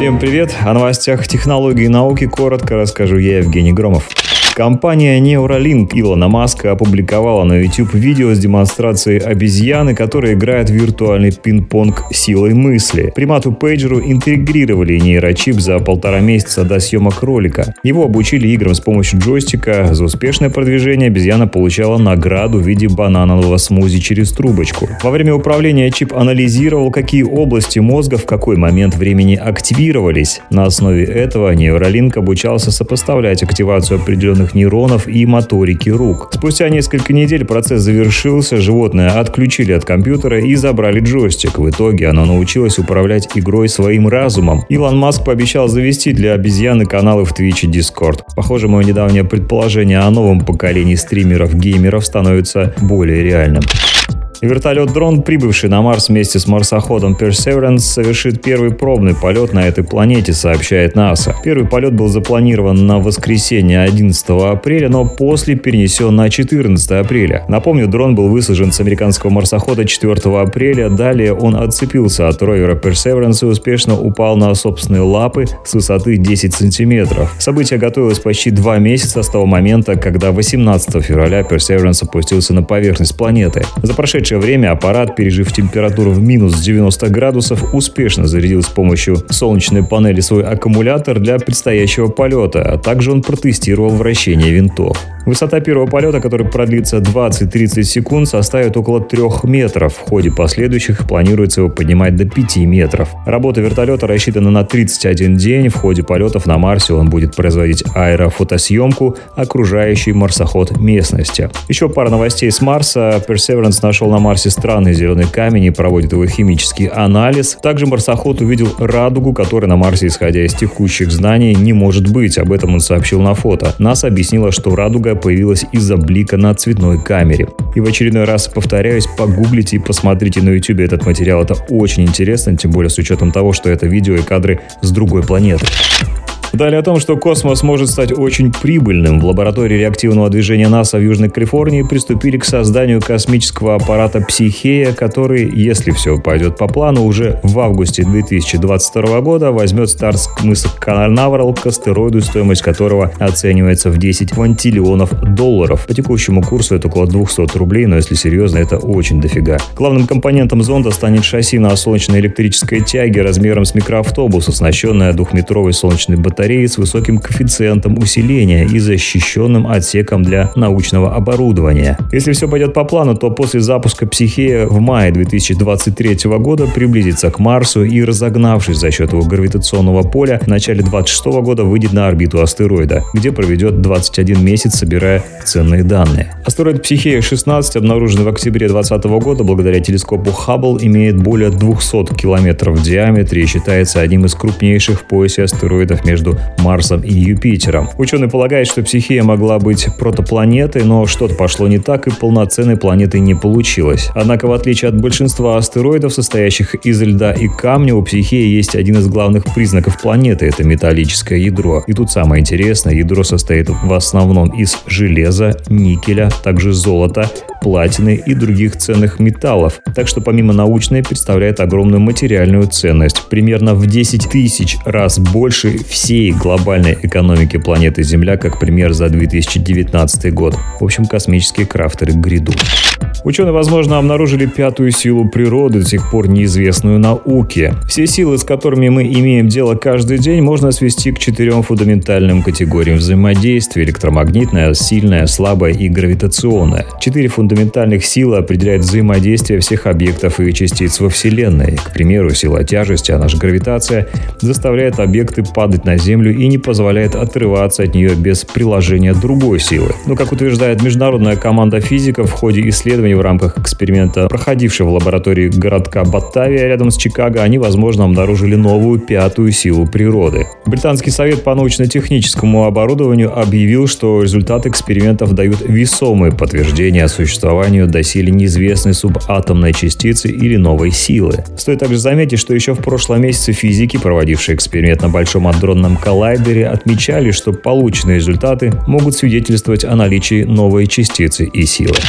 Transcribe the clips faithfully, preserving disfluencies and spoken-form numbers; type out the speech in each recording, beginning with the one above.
Всем привет! О новостях технологий и науки коротко расскажу я, Евгений Громов. Компания Neuralink Илона Маска опубликовала на YouTube видео с демонстрацией обезьяны, которая играет в виртуальный пинг-понг силой мысли. Примату-пейджеру интегрировали нейрочип за полтора месяца до съемок ролика. Его обучили играм с помощью джойстика. За успешное продвижение обезьяна получала награду в виде бананового смузи через трубочку. Во время управления чип анализировал, какие области мозга в какой момент времени активировались. На основе этого Neuralink обучался сопоставлять активацию определенных нейронов и моторики рук. Спустя несколько недель процесс завершился, животное отключили от компьютера и забрали джойстик. В итоге оно научилось управлять игрой своим разумом. Илон Маск пообещал завести для обезьяны каналы в Twitch и Discord. Похоже, мое недавнее предположение о новом поколении стримеров-геймеров становится более реальным. Вертолет-дрон, прибывший на Марс вместе с марсоходом Perseverance, совершит первый пробный полет на этой планете, сообщает НАСА. Первый полет был запланирован на воскресенье одиннадцатого апреля, но после перенесен на четырнадцатое апреля. Напомню, дрон был высажен с американского марсохода четвёртого апреля. Далее он отцепился от ровера Perseverance и успешно упал на собственные лапы с высоты десять сантиметров. Событие готовилось почти два месяца с того момента, когда восемнадцатого февраля Perseverance опустился на поверхность планеты. За прошедшее время аппарат, пережив температуру в минус девяносто градусов, успешно зарядил с помощью солнечной панели свой аккумулятор для предстоящего полета, а также он протестировал вращение винтов. Высота первого полета, который продлится двадцать-тридцать секунд, составит около трех метров. В ходе последующих планируется его поднимать до пяти метров. Работа вертолета рассчитана на тридцать один день. В ходе полетов на Марсе он будет производить аэрофотосъемку окружающей марсоход местности. Еще пара новостей с Марса. Perseverance нашел на Марсе странный зеленый камень и проводит его химический анализ. Также марсоход увидел радугу, которая на Марсе, исходя из текущих знаний, не может быть. Об этом он сообщил на фото. НАСА объяснила, что радуга появилась из-за блика на цветной камере. И в очередной раз повторяюсь, погуглите и посмотрите на YouTube этот материал. Это очень интересно, тем более с учетом того, что это видео и кадры с другой планеты. Далее о том, что космос может стать очень прибыльным. В лаборатории реактивного движения НАСА в Южной Калифорнии приступили к созданию космического аппарата «Психея», который, если все пойдет по плану, уже в августе две тысячи двадцать второго года возьмет старт с мыса Канаверал к астероиду, стоимость которого оценивается в десять квинтиллионов долларов. По текущему курсу это около двести рублей, но если серьезно, это очень дофига. Главным компонентом зонда станет шасси на солнечной электрической тяге размером с микроавтобус, оснащенная двухметровой солнечной батареей с высоким коэффициентом усиления и защищенным отсеком для научного оборудования. Если все пойдет по плану, то после запуска «Психея» в мае две тысячи двадцать третьего года приблизится к Марсу и, разогнавшись за счет его гравитационного поля, в начале две тысячи двадцать шестого года выйдет на орбиту астероида, где проведет двадцать один месяц, собирая ценные данные. Астероид «Психея шестнадцать», обнаруженный в октябре две тысячи двадцатого года благодаря телескопу Хаббл, имеет более двухсот километров в диаметре и считается одним из крупнейших в поясе астероидов между Марсом и Юпитером. Ученый полагает, что Психея могла быть протопланетой, но что-то пошло не так и полноценной планетой не получилось. Однако, в отличие от большинства астероидов, состоящих из льда и камня, у Психеи есть один из главных признаков планеты – это металлическое ядро. И тут самое интересное – ядро состоит в основном из железа, никеля, также золота, платины и других ценных металлов. Так что помимо научной представляет огромную материальную ценность, примерно в десять тысяч раз больше всей глобальной экономики планеты Земля, как пример за две тысячи девятнадцатый год. В общем, космические крафтеры грядут. Ученые, возможно, обнаружили пятую силу природы, до сих пор неизвестную науке. Все силы, с которыми мы имеем дело каждый день, можно свести к четырем фундаментальным категориям взаимодействия: электромагнитная, сильная, слабая и гравитационная. Четыре фундаментальных силы определяют взаимодействие всех объектов и частиц во Вселенной. К примеру, сила тяжести, а наша гравитация, заставляет объекты падать на Землю и не позволяет отрываться от нее без приложения другой силы. Но, как утверждает международная команда физиков, в ходе исследований в рамках эксперимента, проходившего в лаборатории городка Батавия рядом с Чикаго, они, возможно, обнаружили новую пятую силу природы. Британский совет по научно-техническому оборудованию объявил, что результаты экспериментов дают весомые подтверждения о существованию доселе неизвестной субатомной частицы или новой силы. Стоит также заметить, что еще в прошлом месяце физики, проводившие эксперимент на Большом адронном коллайдере, отмечали, что полученные результаты могут свидетельствовать о наличии новой частицы и силы.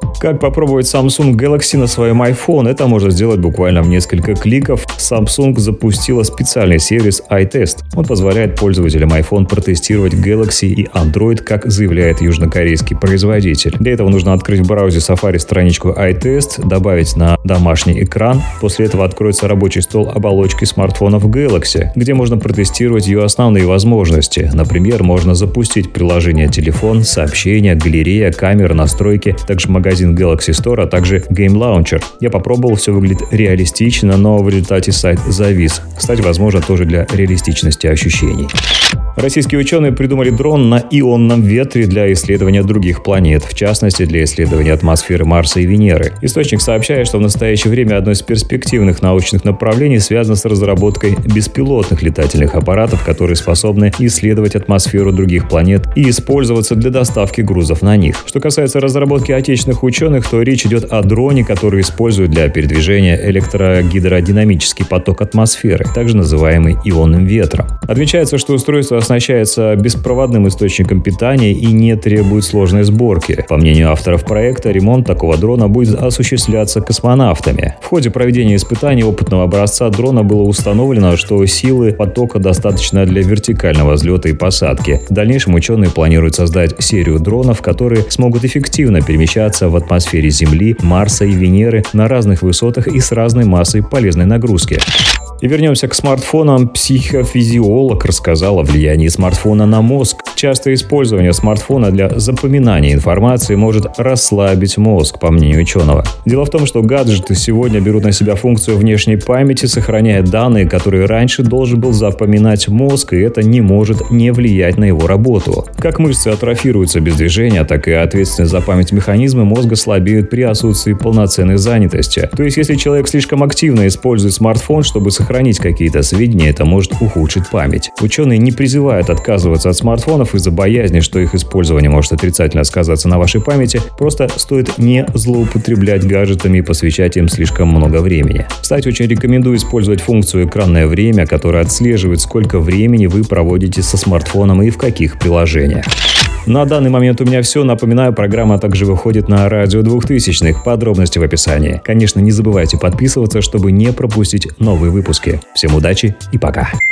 Как попробовать Samsung Galaxy на своем iPhone? Это можно сделать буквально в несколько кликов. Samsung запустила специальный сервис iTest. Он позволяет пользователям iPhone протестировать Galaxy и Android, как заявляет южнокорейский производитель. Для этого нужно открыть в браузере Safari страничку iTest, добавить на домашний экран. После этого откроется рабочий стол оболочки смартфонов Galaxy, где можно протестировать ее основные возможности. Например, можно запустить приложение телефон, сообщения, галерея, камера, настройки, также магазин Galaxy Store, а также Game Launcher. Я попробовал, все выглядит реалистично, но в результате сайт завис. Кстати, возможно, тоже для реалистичности ощущений. Российские ученые придумали дрон на ионном ветре для исследования других планет, в частности, для исследования атмосферы Марса и Венеры. Источник сообщает, что в настоящее время одно из перспективных научных направлений связано с разработкой беспилотных летательных аппаратов, которые способны исследовать атмосферу других планет и использоваться для доставки грузов на них. Что касается разработки отечественных ученых, то речь идет о дроне, который использует для передвижения электрогидродинамический поток атмосферы, также называемый ионным ветром. Отмечается, что устройство оснащается беспроводным источником питания и не требует сложной сборки. По мнению авторов проекта, ремонт такого дрона будет осуществляться космонавтами. В ходе проведения испытаний опытного образца дрона было установлено, что силы потока достаточно для вертикального взлета и посадки. В дальнейшем ученые планируют создать серию дронов, которые смогут эффективно перемещаться в атмосфере Земли, Марса и Венеры на разных высотах и с разной массой полезной нагрузки. И вернемся к смартфонам. Психофизиолог рассказал о влиянии смартфона на мозг. Частое использование смартфона для запоминания информации может расслабить мозг, по мнению ученого. Дело в том, что гаджеты сегодня берут на себя функцию внешней памяти, сохраняя данные, которые раньше должен был запоминать мозг, и это не может не влиять на его работу. Как мышцы атрофируются без движения, так и ответственность за память механизмы мозга слабеют при отсутствии полноценной занятости. То есть, если человек слишком активно использует смартфон, чтобы сохранить хранить какие-то сведения, это может ухудшить память. Ученые не призывают отказываться от смартфонов из-за боязни, что их использование может отрицательно сказаться на вашей памяти, просто стоит не злоупотреблять гаджетами и посвящать им слишком много времени. Кстати, очень рекомендую использовать функцию «Экранное время», которая отслеживает, сколько времени вы проводите со смартфоном и в каких приложениях. На данный момент у меня все. Напоминаю, программа также выходит на радио двухтысячных. Подробности в описании. Конечно, не забывайте подписываться, чтобы не пропустить новые выпуски. Всем удачи и пока!